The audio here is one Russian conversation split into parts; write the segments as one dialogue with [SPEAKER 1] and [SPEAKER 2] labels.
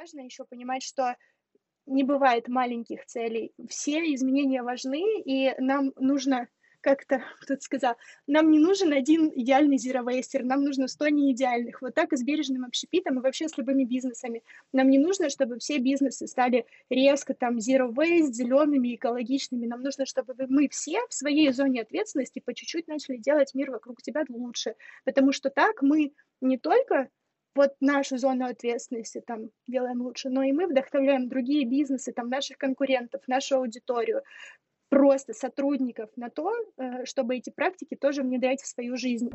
[SPEAKER 1] важно еще понимать, что не бывает маленьких целей. Все изменения важны, и нам нужно как-то, кто-то сказал, нам не нужен один идеальный zero waster, нам нужно 100 неидеальных. Вот так и с бережным общепитом, и вообще с любыми бизнесами. Нам не нужно, чтобы все бизнесы стали резко там zero waste, зелеными, экологичными. Нам нужно, чтобы мы все в своей зоне ответственности по чуть-чуть начали делать мир вокруг себя лучше. Потому что так мы не только вот нашу зону ответственности там делаем лучше, но и мы вдохновляем другие бизнесы, там наших конкурентов, нашу аудиторию, просто сотрудников на то, чтобы эти практики тоже внедрять в свою жизнь.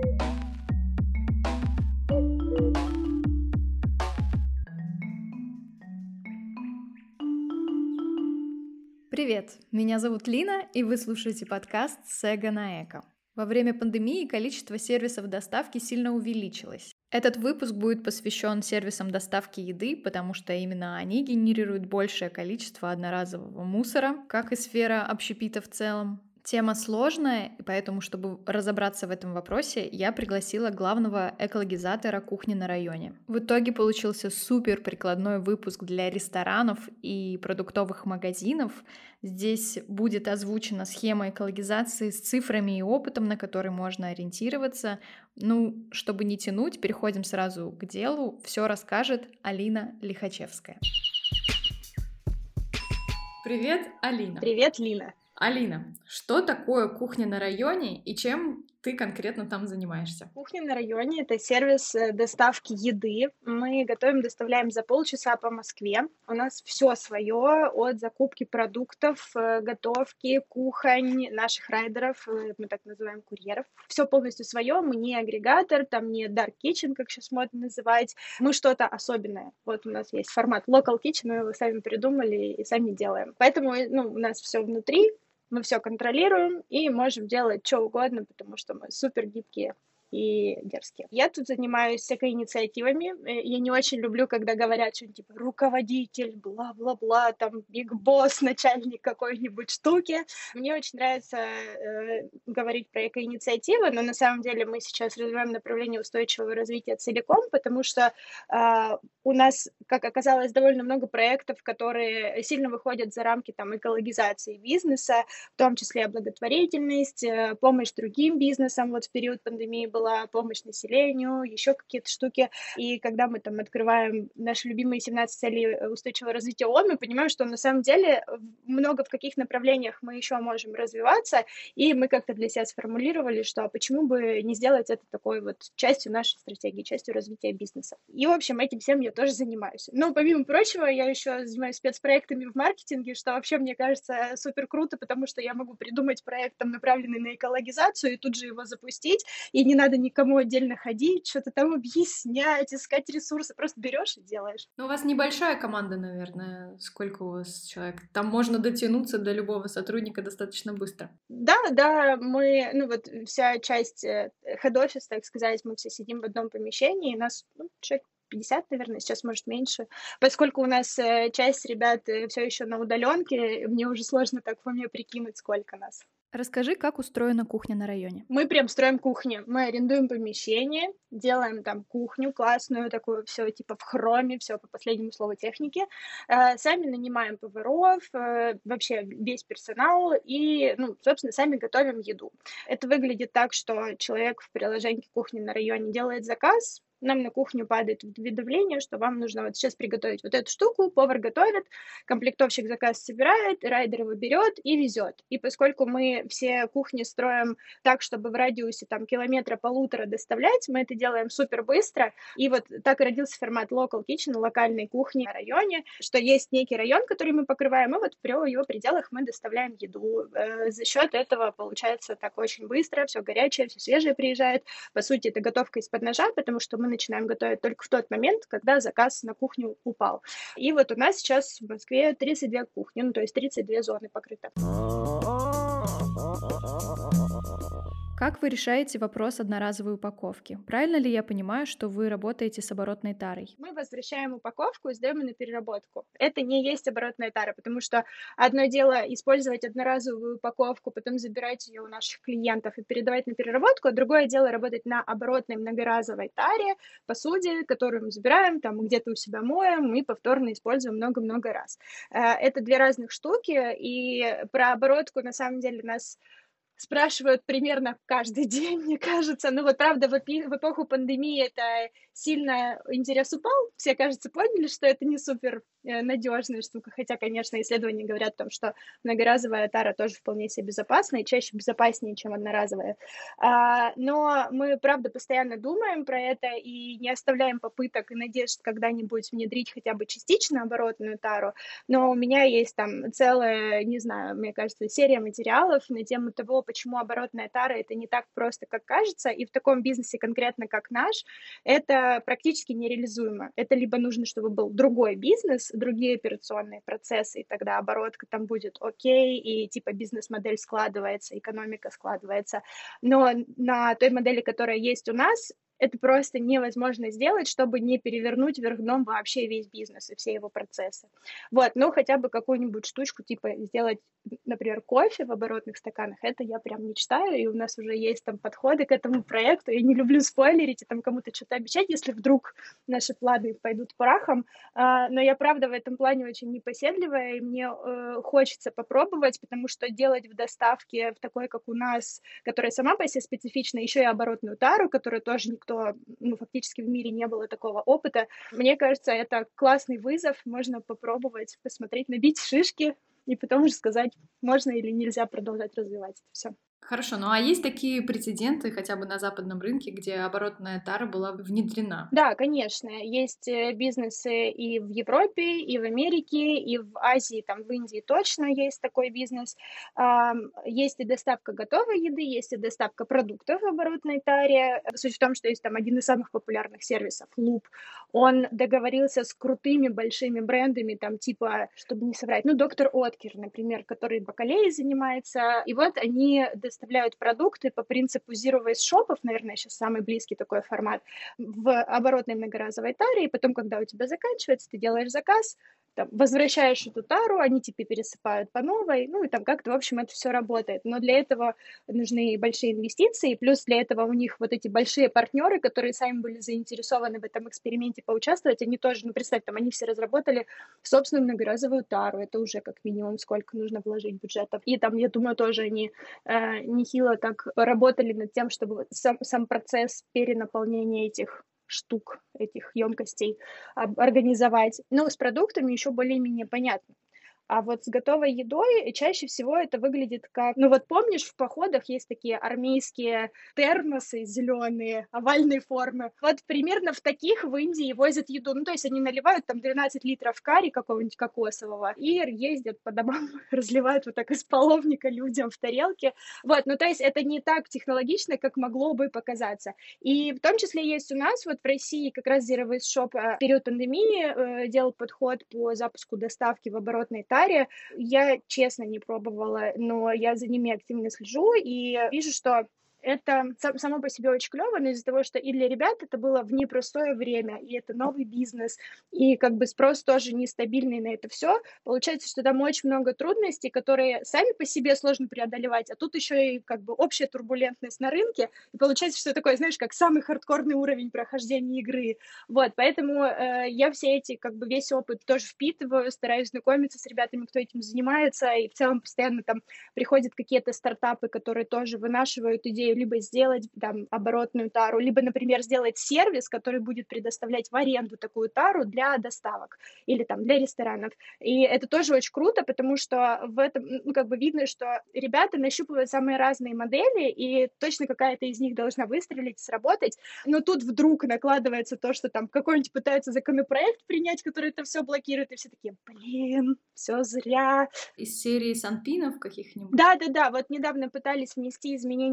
[SPEAKER 2] Привет, меня зовут Лина, и вы слушаете подкаст «Сэга на Эко». Во время пандемии количество сервисов доставки сильно увеличилось. Этот выпуск будет посвящен сервисам доставки еды, потому что именно они генерируют большее количество одноразового мусора, как и сфера общепита в целом. Тема сложная, и поэтому, чтобы разобраться в этом вопросе, я пригласила главного экологизатора кухни на районе. В итоге получился супер прикладной выпуск для ресторанов и продуктовых магазинов. Здесь будет озвучена схема экологизации с цифрами и опытом, на который можно ориентироваться. Чтобы не тянуть, переходим сразу к делу. Все расскажет Алина Лихачевская. Привет, Алина.
[SPEAKER 1] Привет, Лина.
[SPEAKER 2] Алина, что такое кухня на районе и чем ты конкретно там занимаешься?
[SPEAKER 1] Кухня на районе — это сервис доставки еды. Мы готовим, доставляем за полчаса по Москве. У нас все свое, от закупки продуктов, готовки, кухонь, наших райдеров, мы так называем курьеров. Все полностью свое. Мы не агрегатор, там не dark kitchen, как сейчас модно называть. Мы что-то особенное. Вот у нас есть формат local kitchen, мы его сами придумали и сами делаем. Поэтому у нас все внутри. Мы все контролируем и можем делать что угодно, потому что мы супер гибкие и дерзкие. Я тут занимаюсь всякой инициативами. Я не очень люблю, когда говорят что-нибудь типа руководитель, бла-бла-бла, там биг босс, начальник какой-нибудь штуки. Мне очень нравится говорить про экоинициативы, но на самом деле мы сейчас развиваем направление устойчивого развития целиком, потому что у нас, как оказалось, довольно много проектов, которые сильно выходят за рамки там экологизации бизнеса, в том числе благотворительность, помощь другим бизнесам. Вот в период пандемии была помощь населению, еще какие-то штуки. И когда мы там открываем наши любимые 17 целей устойчивого развития ООН, мы понимаем, что на самом деле много в каких направлениях мы еще можем развиваться, и мы как-то для себя сформулировали, что почему бы не сделать это такой вот частью нашей стратегии, частью развития бизнеса. И, в общем, этим всем я тоже занимаюсь. Но, помимо прочего, я еще занимаюсь спецпроектами в маркетинге, что вообще, мне кажется, супер круто, потому что я могу придумать проект, там, направленный на экологизацию, и тут же его запустить, и не надо никому отдельно ходить, что-то там объяснять, искать ресурсы, просто берешь и делаешь.
[SPEAKER 2] У вас небольшая команда, наверное. Сколько у вас человек? Там можно дотянуться до любого сотрудника достаточно быстро.
[SPEAKER 1] Да, мы, вся часть head-office, так сказать, мы все сидим в одном помещении, нас человек 50, наверное, сейчас, может, меньше. Поскольку у нас часть ребят все еще на удаленке, мне уже сложно так в уме прикинуть, сколько нас.
[SPEAKER 2] Расскажи, как устроена кухня на районе.
[SPEAKER 1] Мы прям строим кухню. Мы арендуем помещение, делаем там кухню классную, такую все типа в хроме, все по последнему слову техники. Сами нанимаем поваров, вообще весь персонал и, собственно, сами готовим еду. Это выглядит так, что человек в приложении кухни на районе делает заказ, нам на кухню падает уведомление, что вам нужно вот сейчас приготовить вот эту штуку, повар готовит, комплектовщик заказ собирает, райдер его берет и везет. И поскольку мы все кухни строим так, чтобы в радиусе там километра-полутора доставлять, мы это делаем супер быстро. И вот так и родился формат local kitchen, локальной кухни в районе, что есть некий район, который мы покрываем, и вот в его пределах мы доставляем еду. За счет этого получается так очень быстро, все горячее, все свежее приезжает. По сути, это готовка из-под ножа, потому что мы начинаем готовить только в тот момент, когда заказ на кухню упал. И вот у нас сейчас в Москве 32 кухни, то есть 32 зоны покрыты.
[SPEAKER 2] Как вы решаете вопрос одноразовой упаковки? Правильно ли я понимаю, что вы работаете с оборотной тарой?
[SPEAKER 1] Мы возвращаем упаковку и сдаем ее на переработку. Это не есть оборотная тара, потому что одно дело использовать одноразовую упаковку, потом забирать ее у наших клиентов и передавать на переработку, а другое дело работать на оборотной многоразовой таре, посуде, которую мы забираем, там где-то у себя моем и повторно используем много-много раз. Это две разных штуки, и про оборотку на самом деле нас спрашивают примерно каждый день, мне кажется. Ну вот правда, в эпоху пандемии это сильно интерес упал. Все, кажется, поняли, что это не супер надежная штука. Хотя, конечно, исследования говорят о том, что многоразовая тара тоже вполне себе безопасна и чаще безопаснее, чем одноразовая. Но мы, правда, постоянно думаем про это и не оставляем попыток и надежд когда-нибудь внедрить хотя бы частично оборотную тару. Но у меня есть там целая, не знаю, мне кажется, серия материалов на тему того, почему оборотная тара это не так просто, как кажется, и в таком бизнесе конкретно, как наш, это практически нереализуемо. Это либо нужно, чтобы был другой бизнес, другие операционные процессы, и тогда оборотка там будет окей, и типа бизнес-модель складывается, экономика складывается. Но на той модели, которая есть у нас, это просто невозможно сделать, чтобы не перевернуть вверх дном вообще весь бизнес и все его процессы. Вот, ну хотя бы какую-нибудь штучку, типа сделать, например, кофе в оборотных стаканах, это я прям мечтаю, и у нас уже есть там подходы к этому проекту. Я не люблю спойлерить и там кому-то что-то обещать, если вдруг наши планы пойдут прахом, но я правда в этом плане очень непоседливая, и мне хочется попробовать, потому что делать в доставке в такой, как у нас, которая сама по себе специфична, еще и оборотную тару, которую тоже никто, ну, фактически в мире не было такого опыта. Мне кажется, это классный вызов, можно попробовать, посмотреть, набить шишки и потом уже сказать, можно или нельзя продолжать развивать это все.
[SPEAKER 2] Хорошо, ну а есть такие прецеденты хотя бы на западном рынке, где оборотная тара была внедрена?
[SPEAKER 1] Да, конечно, есть бизнесы и в Европе, и в Америке, и в Азии, там в Индии точно есть такой бизнес. Есть и доставка готовой еды, есть и доставка продуктов в оборотной таре. Суть в том, что есть там один из самых популярных сервисов, Loop. Он договорился с крутыми большими брендами, там типа, чтобы не соврать, ну, доктор Откер, например, который бакалеей занимается. И вот они доставляют продукты по принципу Zero Waste шопов, наверное, сейчас самый близкий такой формат, в оборотной многоразовой таре, и потом, когда у тебя заканчивается, ты делаешь заказ, там, возвращаешь эту тару, они тебе пересыпают по новой, ну и там как-то, в общем, это все работает. Но для этого нужны большие инвестиции, плюс для этого у них вот эти большие партнеры, которые сами были заинтересованы в этом эксперименте поучаствовать, они тоже, ну, представь, там, они все разработали собственную многоразовую тару, это уже как минимум сколько нужно вложить бюджетов. И там, я думаю, тоже они нехило так работали над тем, чтобы сам процесс перенаполнения этих штук, этих емкостей организовать. Ну, с продуктами еще более-менее понятно. А вот с готовой едой чаще всего это выглядит как... Ну вот помнишь, в походах есть такие армейские термосы зеленые, овальной формы. Вот примерно в таких в Индии возят еду. Ну то есть они наливают там 12 литров карри какого-нибудь кокосового и ездят по домам, разливают вот так из половника людям в тарелке. Вот, ну то есть это не так технологично, как могло бы показаться. И в том числе есть у нас вот в России как раз Zero Waste Shop в период пандемии делал подход по запуску доставки в оборотной таре. Я, честно, не пробовала, но я за ними активно слежу и вижу, что это само по себе очень клево, но из-за того, что и для ребят это было в непростое время, и это новый бизнес, и как бы спрос тоже нестабильный на это все, получается, что там очень много трудностей, которые сами по себе сложно преодолевать, а тут еще и как бы общая турбулентность на рынке, и получается, что такое, знаешь, как самый хардкорный уровень прохождения игры. Вот, поэтому я все эти, как бы весь опыт тоже впитываю, стараюсь знакомиться с ребятами, кто этим занимается, и в целом постоянно там приходят какие-то стартапы, которые тоже вынашивают идею либо сделать там оборотную тару, либо, например, сделать сервис, который будет предоставлять в аренду такую тару для доставок или там для ресторанов. И это тоже очень круто, потому что в этом, ну, как бы видно, что ребята нащупывают самые разные модели, и точно какая-то из них должна выстрелить, сработать. Но тут вдруг накладывается то, что там какой-нибудь пытается законопроект принять, который это все блокирует, и все такие, блин, все зря.
[SPEAKER 2] Из серии санпинов каких-нибудь?
[SPEAKER 1] Да, вот недавно пытались внести изменения в санпин,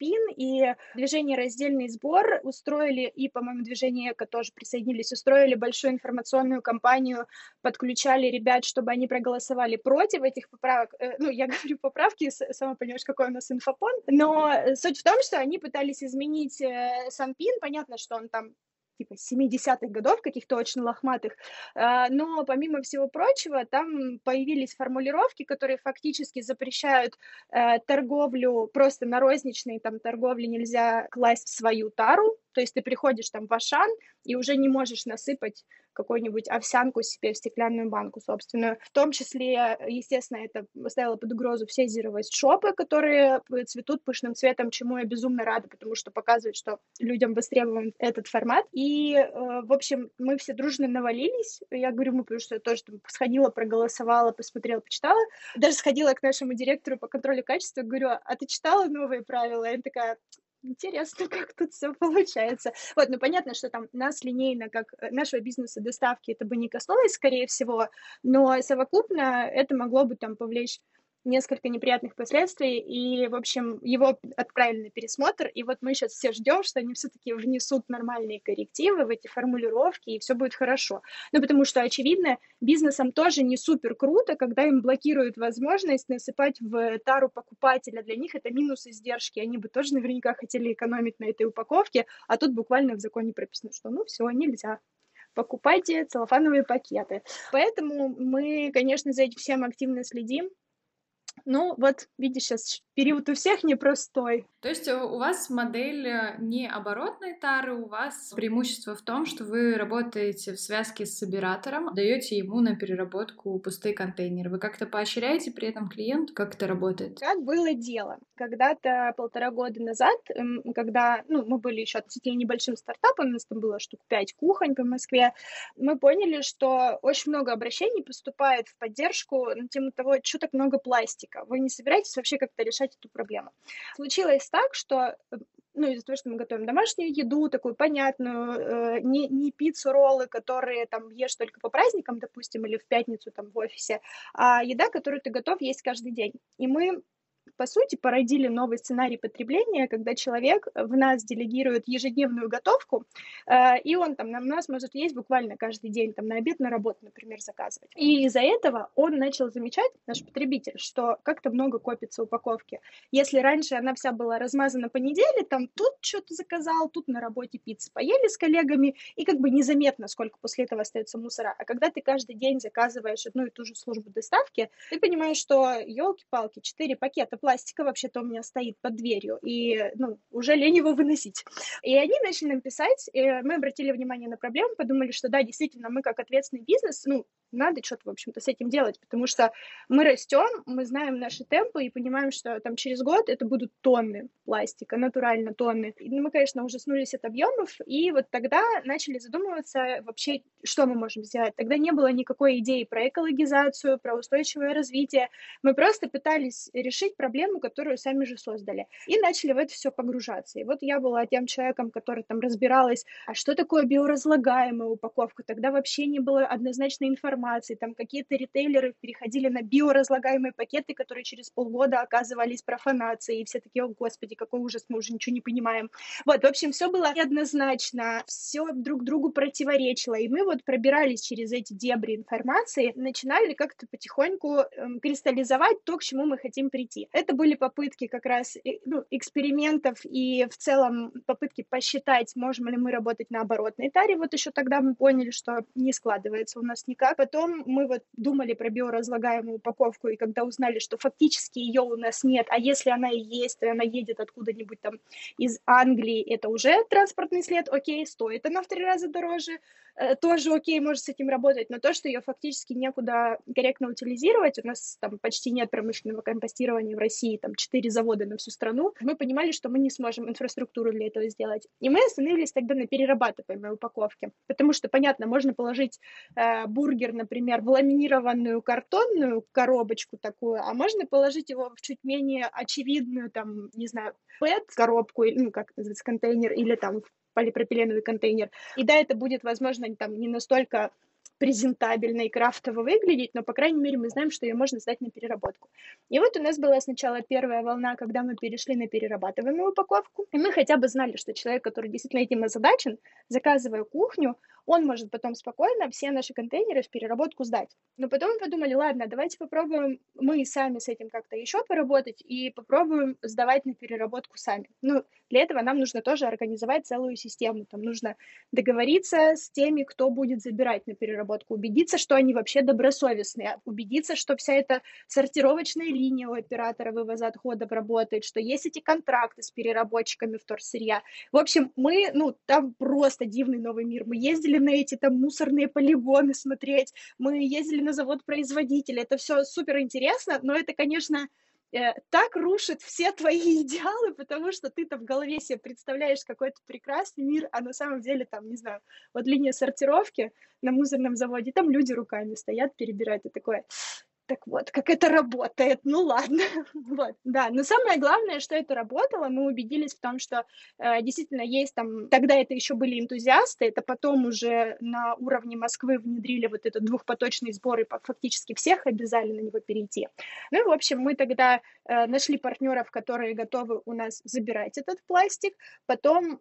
[SPEAKER 1] Санпин и движение «Раздельный сбор» устроили, и, по-моему, движение «Эко» тоже присоединились, устроили большую информационную кампанию, подключали ребят, чтобы они проголосовали против этих поправок. Ну, я говорю поправки, сама понимаешь, какой у нас инфопон, но суть в том, что они пытались изменить Санпин, понятно, что он там типа 70-х годов, каких-то очень лохматых, но помимо всего прочего, там появились формулировки, которые фактически запрещают торговлю просто на розничной там торговле нельзя класть в свою тару, то есть ты приходишь там в Ашан и уже не можешь насыпать какую-нибудь овсянку себе в стеклянную банку собственную. В том числе, естественно, это ставило под угрозу все zero waste шопы, которые цветут пышным цветом, чему я безумно рада, потому что показывает, что людям востребован этот формат. И, в общем, мы все дружно навалились. Я говорю, мы, потому что я тоже там сходила, проголосовала, посмотрела, почитала. Даже сходила к нашему директору по контролю качества, говорю, а ты читала новые правила? И она такая, интересно, как тут все получается. Вот, ну понятно, что там нас линейно, как нашего бизнеса доставки, это бы не коснулось, скорее всего, но совокупно это могло бы там повлечь несколько неприятных последствий, и, в общем, его отправили на пересмотр, и вот мы сейчас все ждем, что они все-таки внесут нормальные коррективы в эти формулировки, и все будет хорошо. Ну, потому что, очевидно, бизнесам тоже не супер круто, когда им блокируют возможность насыпать в тару покупателя. Для них это минус издержки, они бы тоже наверняка хотели экономить на этой упаковке, а тут буквально в законе прописано, что ну все, нельзя. Покупайте целлофановые пакеты. Поэтому мы, конечно, за этим всем активно следим. Ну, вот, видишь, сейчас период у всех непростой.
[SPEAKER 2] То есть у вас модель не оборотной тары, у вас преимущество в том, что вы работаете в связке с собиратором, даете ему на переработку пустые контейнеры. Вы как-то поощряете при этом клиенту? Как это работает?
[SPEAKER 1] Как было дело? Когда-то 1,5 года назад, когда мы были еще относительно небольшим стартапом, у нас там было штук 5 кухонь по Москве, мы поняли, что очень много обращений поступает в поддержку на тему того, что так много пластика. Вы не собираетесь вообще как-то решать эту проблему? Случилось так, что из-за того, что мы готовим домашнюю еду, такую понятную, не пиццу, роллы, которые там ешь только по праздникам, допустим, или в пятницу там в офисе, а еда, которую ты готов есть каждый день. И мы, по сути, породили новый сценарий потребления, когда человек в нас делегирует ежедневную готовку, и он там на нас может есть буквально каждый день, там на обед, на работу, например, заказывать. И из-за этого он начал замечать, наш потребитель, что как-то много копится упаковки. Если раньше она вся была размазана по неделе, там тут что-то заказал, тут на работе пиццы поели с коллегами, и как бы незаметно, сколько после этого остается мусора. А когда ты каждый день заказываешь одну и ту же службу доставки, ты понимаешь, что, елки-палки, 4 пакета пластика вообще-то у меня стоит под дверью, и, уже лень его выносить. И они начали нам писать, и мы обратили внимание на проблему, подумали, что да, действительно, мы как ответственный бизнес, надо что-то, в общем-то, с этим делать, потому что мы растем, мы знаем наши темпы и понимаем, что там через год это будут тонны пластика, натурально тонны. И мы, конечно, ужаснулись от объемов, и вот тогда начали задумываться вообще, что мы можем сделать. Тогда не было никакой идеи про экологизацию, про устойчивое развитие. Мы просто пытались решить проблему, которую сами же создали. И начали в это все погружаться. И вот я была тем человеком, который там разбиралась, а что такое биоразлагаемая упаковка. Тогда вообще не было однозначной информации. Там какие-то ритейлеры переходили на биоразлагаемые пакеты, которые через полгода оказывались профанацией. И все такие, о господи, какой ужас, мы уже ничего не понимаем. Вот, в общем, все было неоднозначно, все друг другу противоречило. И мы вот пробирались через эти дебри информации, начинали как-то потихоньку кристаллизовать то, к чему мы хотим прийти. Это были попытки как раз экспериментов и в целом попытки посчитать, можем ли мы работать на оборотной таре. Вот еще тогда мы поняли, что не складывается у нас никак. Потом мы вот думали про биоразлагаемую упаковку, и когда узнали, что фактически ее у нас нет, а если она и есть, то она едет откуда-нибудь там из Англии, это уже транспортный след, окей, стоит она в 3 раза дороже, тоже окей, может с этим работать, но то, что ее фактически некуда корректно утилизировать, у нас там почти нет промышленного компостирования в России, там 4 завода на всю страну, мы понимали, что мы не сможем инфраструктуру для этого сделать. И мы остановились тогда на перерабатываемой упаковке, потому что, понятно, можно положить бургер, например, в ламинированную картонную коробочку такую, а можно положить его в чуть менее очевидную, там, не знаю, PET-коробку, как это называется, контейнер, или там полипропиленовый контейнер. И да, это будет, возможно, там не настолько презентабельно и крафтово выглядеть, но, по крайней мере, мы знаем, что ее можно сдать на переработку. И вот у нас была сначала первая волна, когда мы перешли на перерабатываемую упаковку, и мы хотя бы знали, что человек, который действительно этим озадачен, заказывая кухню, он может потом спокойно все наши контейнеры в переработку сдать. Но потом мы подумали, ладно, давайте попробуем мы сами с этим как-то еще поработать и попробуем сдавать на переработку сами. Ну, для этого нам нужно тоже организовать целую систему. Там нужно договориться с теми, кто будет забирать на переработку, убедиться, что они вообще добросовестные, убедиться, что вся эта сортировочная линия у оператора вывоза отходов работает, что есть эти контракты с переработчиками вторсырья. В общем, мы, там просто дивный новый мир. Мы ездили на эти там мусорные полигоны смотреть, мы ездили на завод производителя. Это все супер интересно, но это, конечно, так рушит все твои идеалы, потому что ты-то в голове себе представляешь какой-то прекрасный мир, а на самом деле там, не знаю, вот линия сортировки на мусорном заводе, там люди руками стоят, перебирают, и такое, так вот, как это работает, ну ладно, вот, да, но самое главное, что это работало, мы убедились в том, что действительно есть там, тогда это еще были энтузиасты, это потом уже на уровне Москвы внедрили вот этот двухпоточный сбор, и фактически всех обязали на него перейти. Ну и, в общем, мы тогда нашли партнеров, которые готовы у нас забирать этот пластик, потом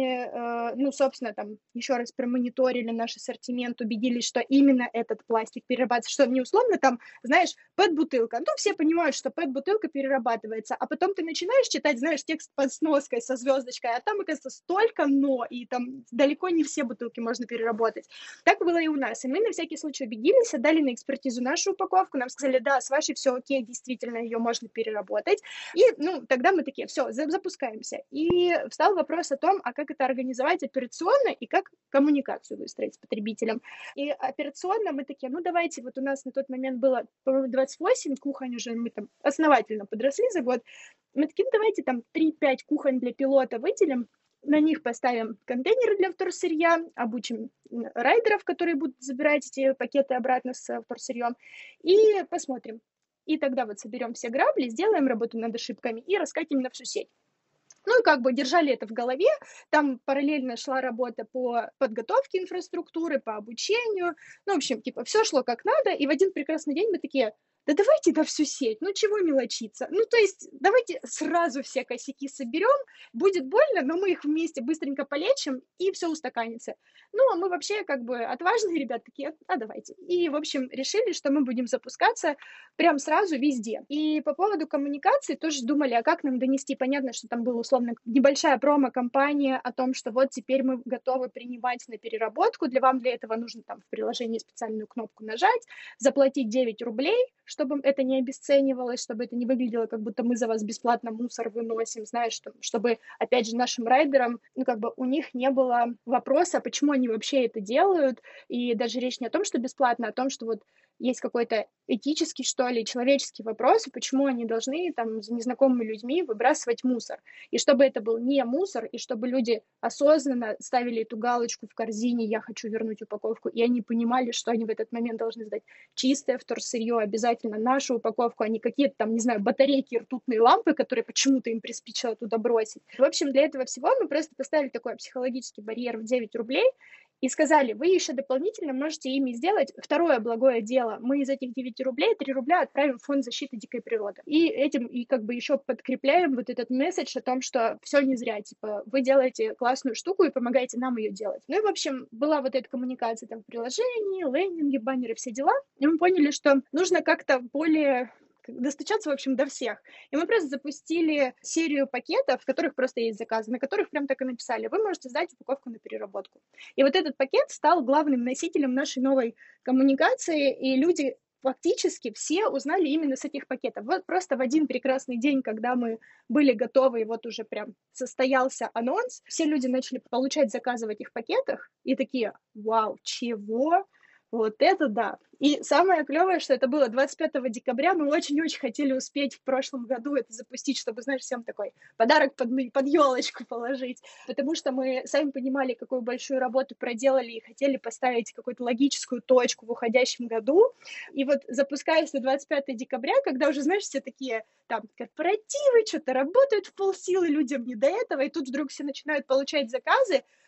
[SPEAKER 1] мы, собственно, там еще раз промониторили наш ассортимент, убедились, что именно этот пластик перерабатывается, что не условно там, знаешь, пэт-бутылка. Ну, все понимают, что пэт-бутылка перерабатывается, а потом ты начинаешь читать, знаешь, текст под сноской со звездочкой, а там, оказывается, столько «но», и там далеко не все бутылки можно переработать. Так было и у нас. И мы на всякий случай убедились, отдали на экспертизу нашу упаковку, нам сказали, да, с вашей все окей, действительно, ее можно переработать. И, тогда мы такие, все, запускаемся. И встал вопрос о том, а как это организовать операционно и как коммуникацию выстроить с потребителем. И операционно мы такие, давайте, вот у нас на тот момент было, по-моему, 28 кухонь уже, мы там основательно подросли за год. Мы такие, давайте там 3-5 кухонь для пилота выделим, на них поставим контейнеры для вторсырья, обучим райдеров, которые будут забирать эти пакеты обратно с вторсырьем, и посмотрим. И тогда вот соберем все грабли, сделаем работу над ошибками и раскатим на всю сеть. Ну и как бы держали это в голове, там параллельно шла работа по подготовке инфраструктуры, по обучению, в общем, типа все шло как надо, и в один прекрасный день мы такие, да давайте на всю сеть, чего мелочиться, то есть давайте сразу все косяки соберем, будет больно, но мы их вместе быстренько полечим, и все устаканится. А мы вообще как бы отважные ребята такие, давайте. И, в общем, решили, что мы будем запускаться прям сразу везде. И по поводу коммуникации тоже думали, а как нам донести, понятно, что там была условно небольшая промо-компания о том, что вот теперь мы готовы принимать на переработку, для этого нужно там в приложении специальную кнопку нажать, заплатить 9 рублей, чтобы это не обесценивалось, чтобы это не выглядело, как будто мы за вас бесплатно мусор выносим, знаешь, чтобы, опять же, нашим райдерам, у них не было вопроса, почему они вообще это делают, и даже речь не о том, что бесплатно, а о том, что вот есть какой-то этический, что ли, человеческий вопрос, почему они должны там за незнакомыми людьми выбрасывать мусор. И чтобы это был не мусор, и чтобы люди осознанно ставили эту галочку в корзине «я хочу вернуть упаковку», и они понимали, что они в этот момент должны сдать чистое вторсырье, обязательно нашу упаковку, а не какие-то там, не знаю, батарейки, ртутные лампы, которые почему-то им приспичило туда бросить. В общем, для этого всего мы просто поставили такой психологический барьер в 9 рублей, и сказали, вы еще дополнительно можете ими сделать второе благое дело. Мы из этих 9 рублей 3 рубля отправим в фонд защиты дикой природы. И этим и как бы еще подкрепляем вот этот месседж о том, что все не зря, типа, вы делаете классную штуку и помогаете нам ее делать. Ну и, в общем, была вот эта коммуникация там в приложении, лендинги, баннеры, все дела. И мы поняли, что нужно как-то более достучаться, в общем, до всех. И мы просто запустили серию пакетов, в которых просто есть заказы, на которых прям так и написали, вы можете сдать упаковку на переработку. И вот этот пакет стал главным носителем нашей новой коммуникации, и люди фактически все узнали именно с этих пакетов. Вот просто в один прекрасный день, когда мы были готовы, и вот уже прям состоялся анонс, все люди начали получать заказы в этих пакетах, и такие, вау, чего? Вот это да. И самое клевое, что это было 25 декабря, мы очень-очень хотели успеть в прошлом году это запустить, чтобы, знаешь, всем такой подарок под елочку положить, потому что мы сами понимали, какую большую работу проделали и хотели поставить какую-то логическую точку в уходящем году. И вот запускаясь на 25 декабря, когда уже, знаешь, все такие там корпоративы, что-то работают в полсилы, людям не до этого, и тут вдруг все начинают получать заказы,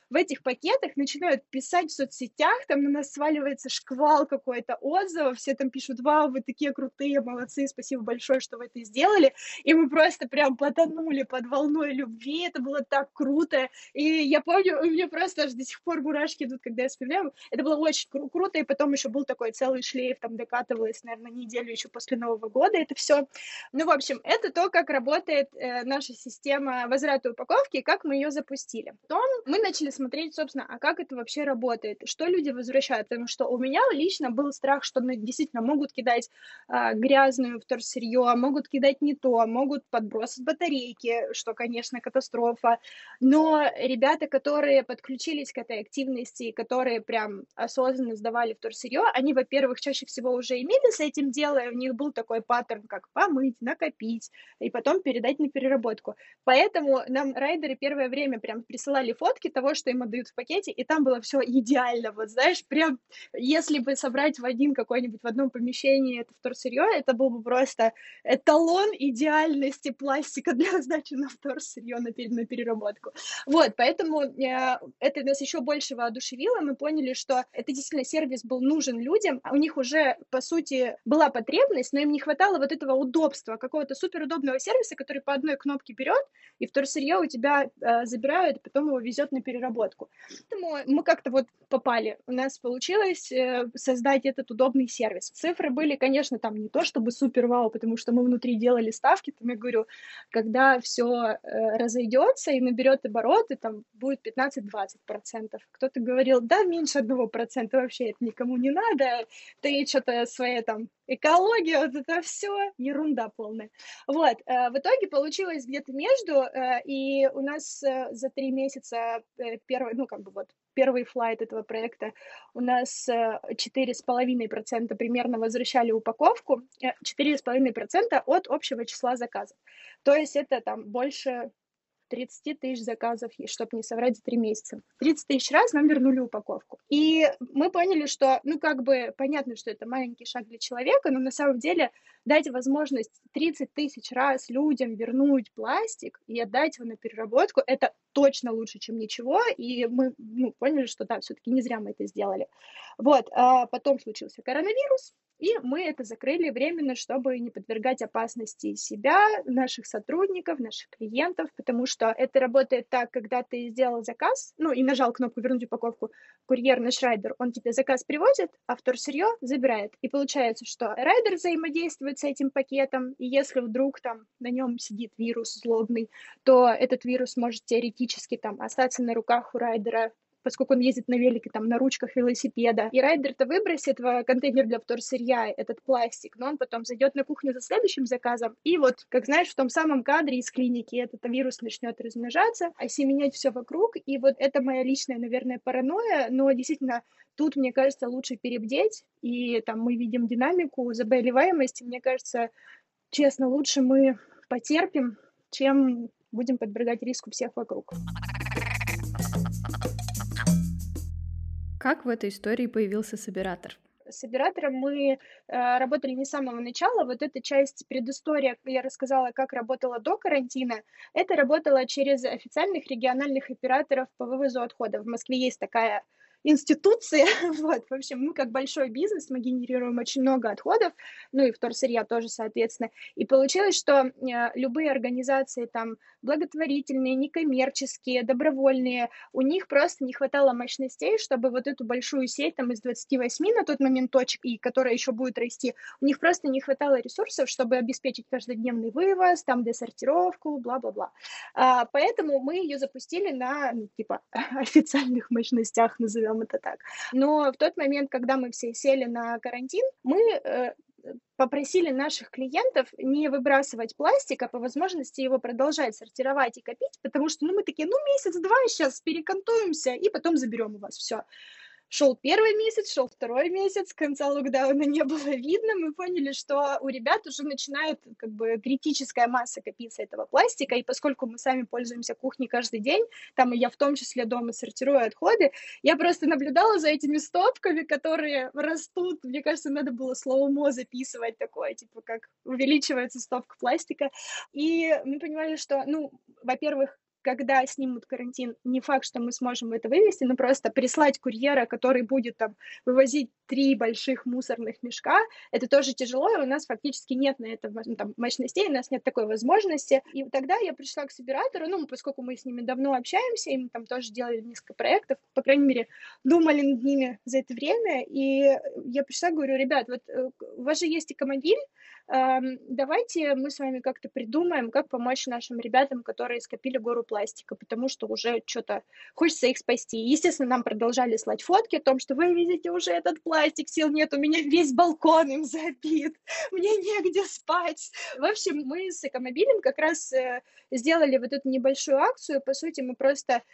[SPEAKER 1] в этих пакетах начинают писать в соцсетях, там на нас сваливается шквал какой-то отзывов, все там пишут: вау, вы такие крутые, молодцы, спасибо большое, что вы это сделали. И мы просто прям потонули под волной любви, это было так круто. И я помню, у меня просто аж до сих пор мурашки идут, когда я вспоминаю. Это было очень круто, и потом еще был такой целый шлейф, там докатывалось, наверное, неделю еще после Нового года это все. Ну, в общем, это то, как работает наша система возврата упаковки и как мы ее запустили. Потом мы начали смотреть, собственно, а как это вообще работает, что люди возвращают, потому что у меня лично был страх, что действительно могут кидать грязную вторсырье, могут кидать не то, могут подбросить батарейки, что, конечно, катастрофа. Но ребята, которые подключились к этой активности, которые прям осознанно сдавали вторсырье, они, во-первых, чаще всего уже имели с этим дело, и у них был такой паттерн, как помыть, накопить и потом передать на переработку. Поэтому нам райдеры первое время прям присылали фотки того, что им отдают в пакете, и там было все идеально. Вот знаешь, прям если бы собрать в один какой-нибудь в одном помещении это вторсырье, это был бы просто эталон идеальности пластика для сдачи на вторсырье, на переработку. Вот, поэтому это нас еще больше воодушевило, мы поняли, что это действительно сервис был нужен людям, а у них уже, по сути, была потребность, но им не хватало вот этого удобства, какого-то суперудобного сервиса, который по одной кнопке берет, и вторсырье у тебя забирают, потом его везет на переработку. Поэтому мы как-то вот попали, у нас получилось создать этот удобный сервис. Цифры были, конечно, там не то чтобы супер-вау, потому что мы внутри делали ставки, там я говорю, когда все разойдется и наберет обороты, там будет 15-20%. Кто-то говорил, да, меньше 1%, вообще это никому не надо, ты что-то свои там экология, вот это все ерунда полная. Вот, в итоге получилось где-то между, и у нас за 3 месяца первый, ну, как бы вот, первый флайт этого проекта у нас 4,5% примерно возвращали упаковку, 4,5% от общего числа заказов. То есть это там больше 30 тысяч заказов, чтобы не соврать, за 3 месяца. 30 тысяч раз нам вернули упаковку. И мы поняли, что, ну, как бы, понятно, что это маленький шаг для человека, но на самом деле дать возможность 30 тысяч раз людям вернуть пластик и отдать его на переработку, это точно лучше, чем ничего, и мы поняли, что да, все-таки не зря мы это сделали. Вот, а потом случился коронавирус, и мы это закрыли временно, чтобы не подвергать опасности себя, наших сотрудников, наших клиентов, потому что это работает так, когда ты сделал заказ, ну и нажал кнопку «Вернуть упаковку», курьер, наш райдер, он тебе заказ привозит, а вторсырье забирает. И получается, что райдер взаимодействует с этим пакетом, и если вдруг там на нем сидит вирус злобный, то этот вирус может теоретически там остаться на руках у райдера, поскольку он ездит на велике, там, на ручках велосипеда. И райдер-то выбросит в контейнер для вторсырья этот пластик, но он потом зайдет на кухню за следующим заказом, и вот, как знаешь, в том самом кадре из клиники этот вирус начнет размножаться, осеменять все вокруг, и вот это моя личная, наверное, паранойя, но действительно тут, мне кажется, лучше перебдеть, и там мы видим динамику заболеваемости, мне кажется, честно, лучше мы потерпим, чем будем подвергать риску всех вокруг.
[SPEAKER 2] Как в этой истории появился Собиратор?
[SPEAKER 1] С оператором мы работали не с самого начала. Вот эта часть предыстория, я рассказала, как работала до карантина. Это работало через официальных региональных операторов по вывозу отходов. В Москве есть такая институция. Вот. В общем, мы как большой бизнес, мы генерируем очень много отходов, ну и вторсырья тоже, соответственно. И получилось, что любые организации там благотворительные, некоммерческие, добровольные, у них просто не хватало мощностей, чтобы вот эту большую сеть там из 28 на тот момент точек, и которая еще будет расти, у них просто не хватало ресурсов, чтобы обеспечить каждодневный вывоз, там десортировку, бла-бла-бла. Поэтому мы ее запустили на, типа, официальных мощностях, назовем это так. Но в тот момент, когда мы все сели на карантин, мы попросили наших клиентов не выбрасывать пластик, а по возможности его продолжать сортировать и копить, потому что мы такие, месяц-два сейчас перекантуемся и потом заберем у вас все. Шел первый месяц, шел второй месяц, конца локдауна не было видно, мы поняли, что у ребят уже начинает как бы критическая масса копиться этого пластика, и поскольку мы сами пользуемся кухней каждый день, там и я в том числе дома сортирую отходы, я просто наблюдала за этими стопками, которые растут, мне кажется, надо было слоумо записывать такое, типа как увеличивается стопка пластика, и мы понимали, что, во-первых, когда снимут карантин, не факт, что мы сможем это вывести, но просто прислать курьера, который будет там вывозить 3 больших мусорных мешка, это тоже тяжело, и у нас фактически нет на это там, мощностей, у нас нет такой возможности. И тогда я пришла к Собиратору, ну, поскольку мы с ними давно общаемся, и мы там тоже делали несколько проектов, по крайней мере, думали над ними за это время, и я пришла, говорю, ребят, вот у вас же есть Экомобиль, давайте мы с вами как-то придумаем, как помочь нашим ребятам, которые скопили гору пластика, потому что уже что-то хочется их спасти. Естественно, нам продолжали слать фотки о том, что вы видите уже этот пластик, сил нет, у меня весь балкон им забит, мне негде спать. В общем, мы с Экомобилем как раз сделали вот эту небольшую акцию. По сути, мы просто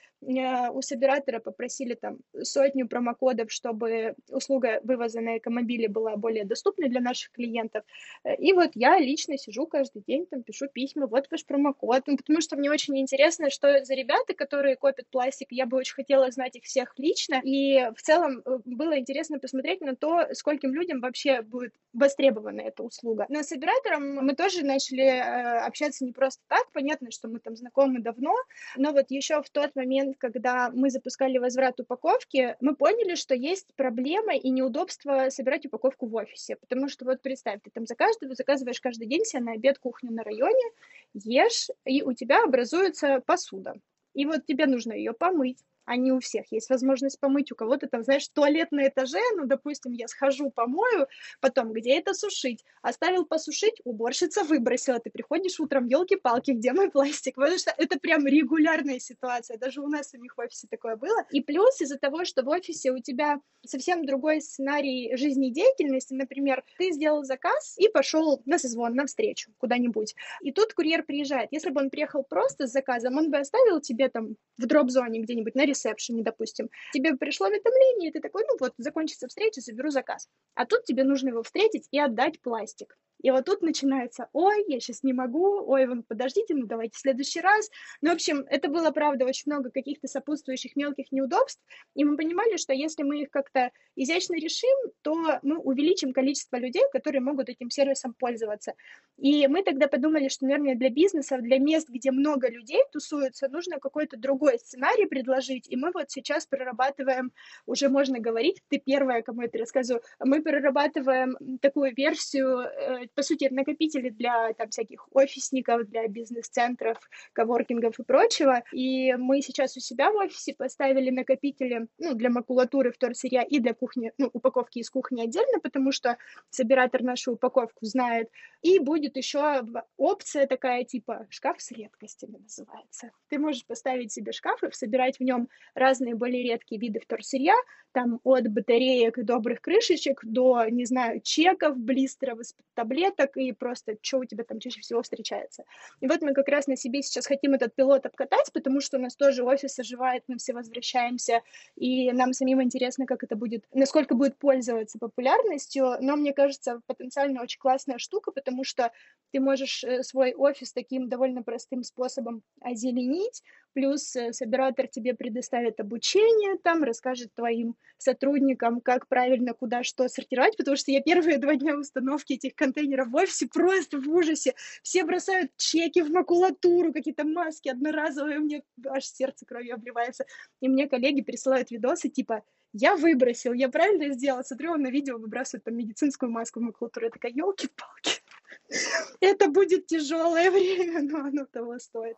[SPEAKER 1] у Собиратора попросили там 100 промокодов, чтобы услуга вывоза на Экомобиле была более доступной для наших клиентов. И вот я лично сижу каждый день, там пишу письма, вот ваш промокод, потому что мне очень интересно, что за ребята, которые копят пластик, я бы очень хотела знать их всех лично, и в целом было интересно посмотреть на то, скольким людям вообще будет востребована эта услуга. Но с Собиратором мы тоже начали общаться не просто так, понятно, что мы там знакомы давно, но вот еще в тот момент, когда мы запускали возврат упаковки, мы поняли, что есть проблема и неудобство собирать упаковку в офисе, потому что вот представь, ты там заказываешь каждый день себе на обед кухню на районе, ешь, и у тебя образуется посуда. И вот тебе нужно ее помыть, а не у всех есть возможность помыть, у кого-то там, знаешь, туалет на этаже, ну, допустим, я схожу, помою, потом где это сушить? Оставил посушить, уборщица выбросила, ты приходишь утром, елки-палки, где мой пластик? Потому что это прям регулярная ситуация, даже у нас у них в офисе такое было. И плюс из-за того, что в офисе у тебя совсем другой сценарий жизнедеятельности, например, ты сделал заказ и пошел на созвон, на встречу куда-нибудь, и тут курьер приезжает. Если бы он приехал просто с заказом, он бы оставил тебе там в дроп-зоне где-нибудь на ресепшене, допустим. Тебе пришло уведомление, и ты такой, ну вот, закончится встреча, заберу заказ. А тут тебе нужно его встретить и отдать пластик. И вот тут начинается, ой, я сейчас не могу, ой, вон, подождите, ну давайте в следующий раз. Ну, в общем, это было, правда, очень много каких-то сопутствующих мелких неудобств, и мы понимали, что если мы их как-то изящно решим, то мы увеличим количество людей, которые могут этим сервисом пользоваться. И мы тогда подумали, что, наверное, для бизнеса, для мест, где много людей тусуются, нужно какой-то другой сценарий предложить, и мы вот сейчас прорабатываем, уже можно говорить, ты первая, кому это рассказываю, мы прорабатываем такую версию, по сути, накопители для там всяких офисников, для бизнес-центров, коворкингов и прочего. И мы сейчас у себя в офисе поставили накопители, ну, для макулатуры вторсырья и для кухни, ну, упаковки из кухни отдельно, потому что Собиратор нашу упаковку знает. И будет еще опция такая, типа шкаф с редкостями называется. Ты можешь поставить себе шкаф и собирать в нем разные более редкие виды вторсырья, там от батареек и добрых крышечек до, не знаю, чеков, блистеров из-под таблеток и просто что у тебя там чаще всего встречается. И вот мы как раз на себе сейчас хотим этот пилот обкатать, потому что у нас тоже офис оживает, мы все возвращаемся, и нам самим интересно, как это будет, насколько будет пользоваться популярностью, но мне кажется, потенциально очень классная штука, потому что ты можешь свой офис таким довольно простым способом озеленить, плюс Собиратор тебе предоставит обучение, там расскажет твоим сотрудникам, как правильно куда что сортировать, потому что я первые 2 дня установки этих контейнеров в офисе просто в ужасе. Все бросают чеки в макулатуру, какие-то маски одноразовые, у меня аж сердце кровью обливается. И мне коллеги присылают видосы, типа, я выбросил, я правильно сделал. Смотрю, он на видео выбрасывает там медицинскую маску в макулатуру. Я такая, елки-палки, это будет тяжелое время, но оно того стоит.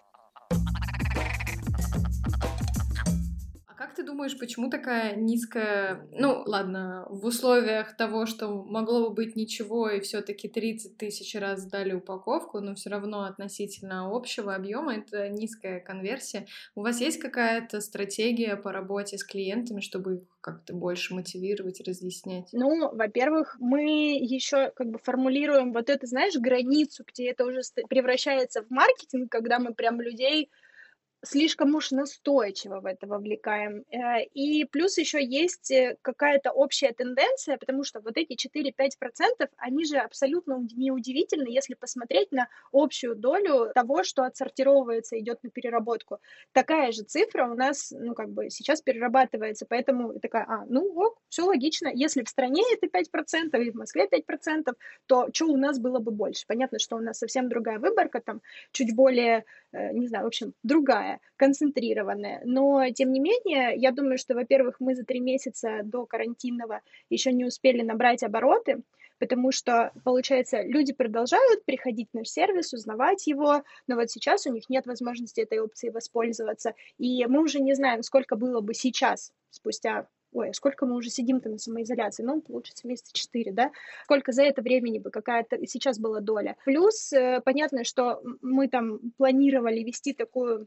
[SPEAKER 2] Как ты думаешь, почему такая низкая... Ну, ладно, в условиях того, что могло бы быть ничего, и все-таки 30 тысяч раз сдали упаковку, но все равно относительно общего объема это низкая конверсия. У вас есть какая-то стратегия по работе с клиентами, чтобы их как-то больше мотивировать, разъяснять?
[SPEAKER 1] Ну, во-первых, мы еще как бы формулируем вот это, знаешь, границу, где это уже превращается в маркетинг, когда мы прям людей слишком уж настойчиво в это вовлекаем. И плюс еще есть какая-то общая тенденция, потому что вот эти 4-5%, они же абсолютно неудивительны, если посмотреть на общую долю того, что отсортировывается, идет на переработку. Такая же цифра у нас, ну, как бы сейчас перерабатывается, поэтому такая, ну, все логично. Если в стране это 5% или в Москве 5%, то что у нас было бы больше? Понятно, что у нас совсем другая выборка, там чуть более, не знаю, в общем, другая. крупная, концентрированная. Но, тем не менее, я думаю, что, во-первых, мы за 3 месяца до карантинного еще не успели набрать обороты, потому что, получается, люди продолжают приходить в наш сервис, узнавать его, но вот сейчас у них нет возможности этой опции воспользоваться. И мы уже не знаем, сколько было бы сейчас, спустя... Ой, а сколько мы уже сидим-то на самоизоляции? Ну, получится, месяца 4, да? Сколько за это времени бы какая-то сейчас была доля? Плюс, понятно, что мы там планировали вести такую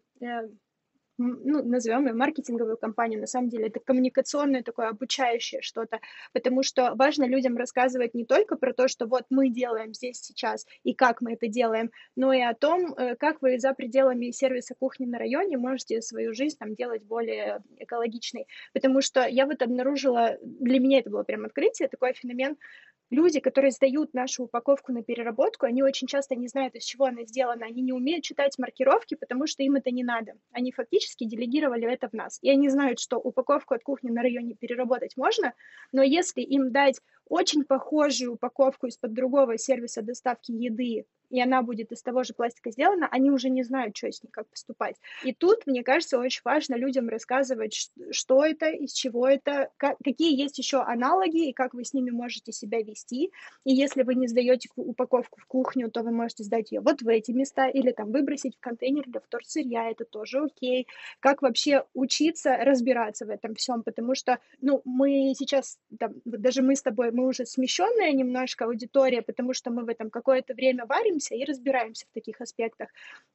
[SPEAKER 1] ну, назовем ее маркетинговую кампанию, на самом деле это коммуникационное такое обучающее что-то, потому что важно людям рассказывать не только про то, что вот мы делаем здесь сейчас и как мы это делаем, но и о том, как вы за пределами сервиса кухни на районе можете свою жизнь там делать более экологичной, потому что я вот обнаружила, для меня это было прям открытие, такой феномен. Люди, которые сдают нашу упаковку на переработку, они очень часто не знают, из чего она сделана. Они не умеют читать маркировки, потому что им это не надо. Они фактически делегировали это в нас. И они знают, что упаковку от кухни на районе переработать можно, но если им дать очень похожую упаковку из-под другого сервиса доставки еды, и она будет из того же пластика сделана, они уже не знают, что с ней, как поступать. И тут, мне кажется, очень важно людям рассказывать, что это, из чего это, какие есть еще аналоги, и как вы с ними можете себя вести. И если вы не сдаете упаковку в кухню, то вы можете сдать ее вот в эти места, или там выбросить в контейнер для вторсырья, это тоже окей. Как вообще учиться разбираться в этом всем, потому что, ну, мы сейчас, там, даже мы с тобой, мы уже смещенная немножко аудитория, потому что мы в этом какое-то время варимся и разбираемся в таких аспектах.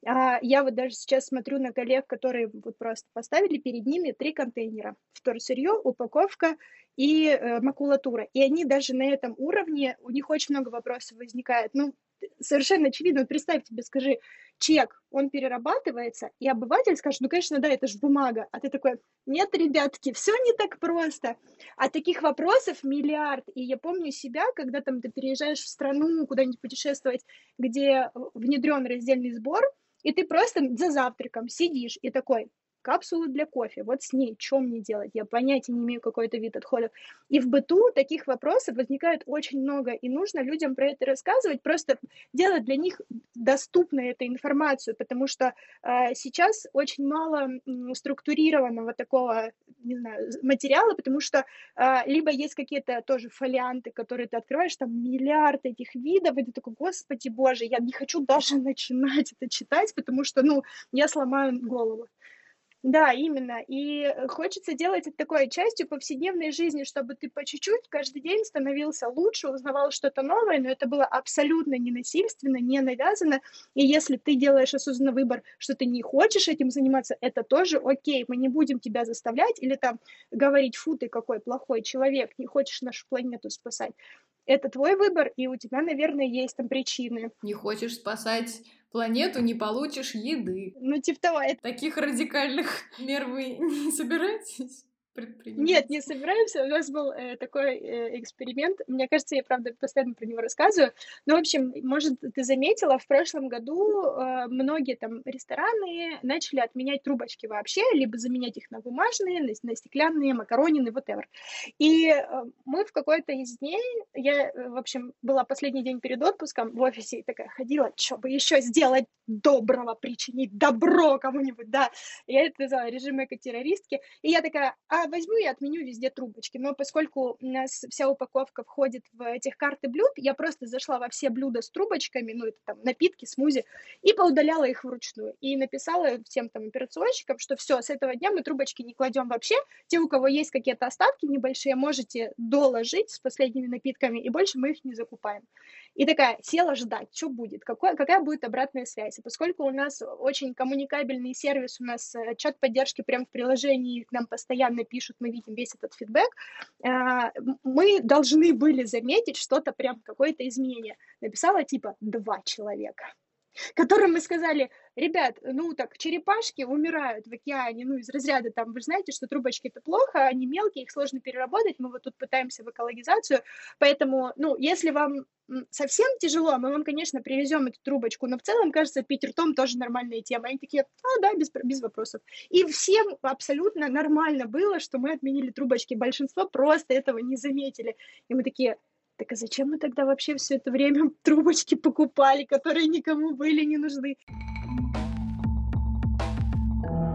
[SPEAKER 1] Я вот даже сейчас смотрю на коллег, которые вот просто поставили перед ними 3 контейнера: вторсырье, упаковка и макулатура. И они даже на этом уровне, у них очень много вопросов возникает. Ну, совершенно очевидно, вот представь тебе, скажи, чек, он перерабатывается, и обыватель скажет, ну, конечно, да, это же бумага. А ты такой, нет, ребятки, все не так просто. А таких вопросов миллиард. И я помню себя, когда там ты переезжаешь в страну, куда-нибудь путешествовать, где внедрен раздельный сбор, и ты просто за завтраком сидишь и такой, капсулу для кофе, вот с ней, что мне делать? Я понятия не имею, какой это вид отходов. И в быту таких вопросов возникает очень много, и нужно людям про это рассказывать, просто делать для них доступной эту информацию, потому что сейчас очень мало структурированного такого, не знаю, материала, потому что либо есть какие-то тоже фолианты, которые ты открываешь, там миллиард этих видов, и ты такой, господи боже, я не хочу даже начинать это читать, потому что, ну, я сломаю голову. Да, именно. И хочется делать это такой частью повседневной жизни, чтобы ты по чуть-чуть каждый день становился лучше, узнавал что-то новое, но это было абсолютно не насильственно, не навязано. И если ты делаешь осознанный выбор, что ты не хочешь этим заниматься, это тоже окей. Мы не будем тебя заставлять или там говорить, фу, ты какой плохой человек, не хочешь нашу планету спасать. Это твой выбор, и у тебя, наверное, есть там причины.
[SPEAKER 2] Не хочешь спасать планету, не получишь еды.
[SPEAKER 1] Ну, типа того.
[SPEAKER 2] Таких радикальных мер вы не собираетесь предпринимать?
[SPEAKER 1] Нет, не собираемся. У нас был такой эксперимент. Мне кажется, я, правда, постоянно про него рассказываю. Но, в общем, может, ты заметила, в прошлом году многие там рестораны начали отменять трубочки вообще, либо заменять их на бумажные, на стеклянные, макаронины, whatever. И мы в какой-то из дней, я, в общем, была последний день перед отпуском в офисе и такая ходила, что бы еще сделать доброго, причинить добро кому-нибудь, да. Я это назвала режим эко-террористки. И я такая, возьму и отменю везде трубочки. Но поскольку у нас вся упаковка входит в этих карты блюд, я просто зашла во все блюда с трубочками, ну, это там напитки, смузи, и поудаляла их вручную. И написала всем там операционщикам, что все, с этого дня мы трубочки не кладем вообще. Те, у кого есть какие-то остатки небольшие, можете доложить с последними напитками, и больше мы их не закупаем. И такая села ждать, что будет, какая будет обратная связь. И поскольку у нас очень коммуникабельный сервис, у нас чат поддержки прямо в приложении, к нам постоянно пишут, мы видим весь этот фидбэк, мы должны были заметить что-то, прям какое-то изменение. Написала типа 2 человека, которым мы сказали, ребят, ну так, черепашки умирают в океане, ну из разряда там, вы же знаете, что трубочки это плохо, они мелкие, их сложно переработать, мы вот тут пытаемся в экологизацию, поэтому, ну, если вам совсем тяжело, мы вам, конечно, привезем эту трубочку, но в целом, кажется, пить ртом тоже нормальная тема. Они такие, да, без вопросов. И всем абсолютно нормально было, что мы отменили трубочки, большинство просто этого не заметили. И мы такие, так а зачем мы тогда вообще все это время трубочки покупали, которые никому были не нужны?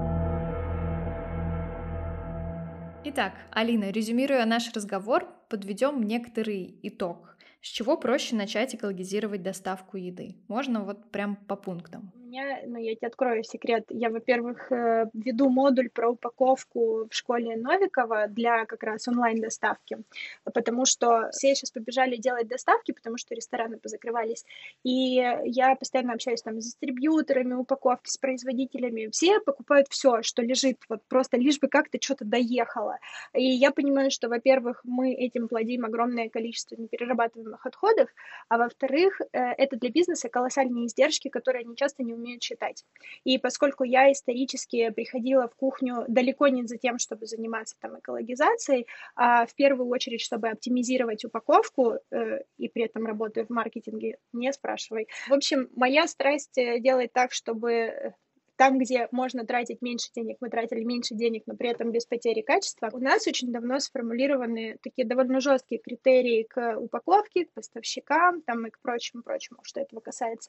[SPEAKER 2] Итак, Алина, резюмируя наш разговор, подведем некоторый итог. С чего проще начать экологизировать доставку еды? Можно вот прям по пунктам.
[SPEAKER 1] У меня, я тебе открою секрет. Я, во-первых, веду модуль про упаковку в школе Новикова для как раз онлайн-доставки, потому что все сейчас побежали делать доставки, потому что рестораны позакрывались. И я постоянно общаюсь там с дистрибьюторами упаковки, с производителями. Все покупают все, что лежит, вот просто лишь бы как-то что-то доехало. И я понимаю, что, во-первых, мы этим плодим огромное количество неперерабатываемых отходов, а во-вторых, это для бизнеса колоссальные издержки, которые они часто не умеют считать. И поскольку я исторически приходила в кухню далеко не за тем, чтобы заниматься там экологизацией, а в первую очередь, чтобы оптимизировать упаковку, и при этом работаю в маркетинге, не спрашивай. В общем, моя страсть делать так, чтобы там, где можно тратить меньше денег, мы тратили меньше денег, но при этом без потери качества. У нас очень давно сформулированы такие довольно жесткие критерии к упаковке, к поставщикам, там и к прочему, что этого касается.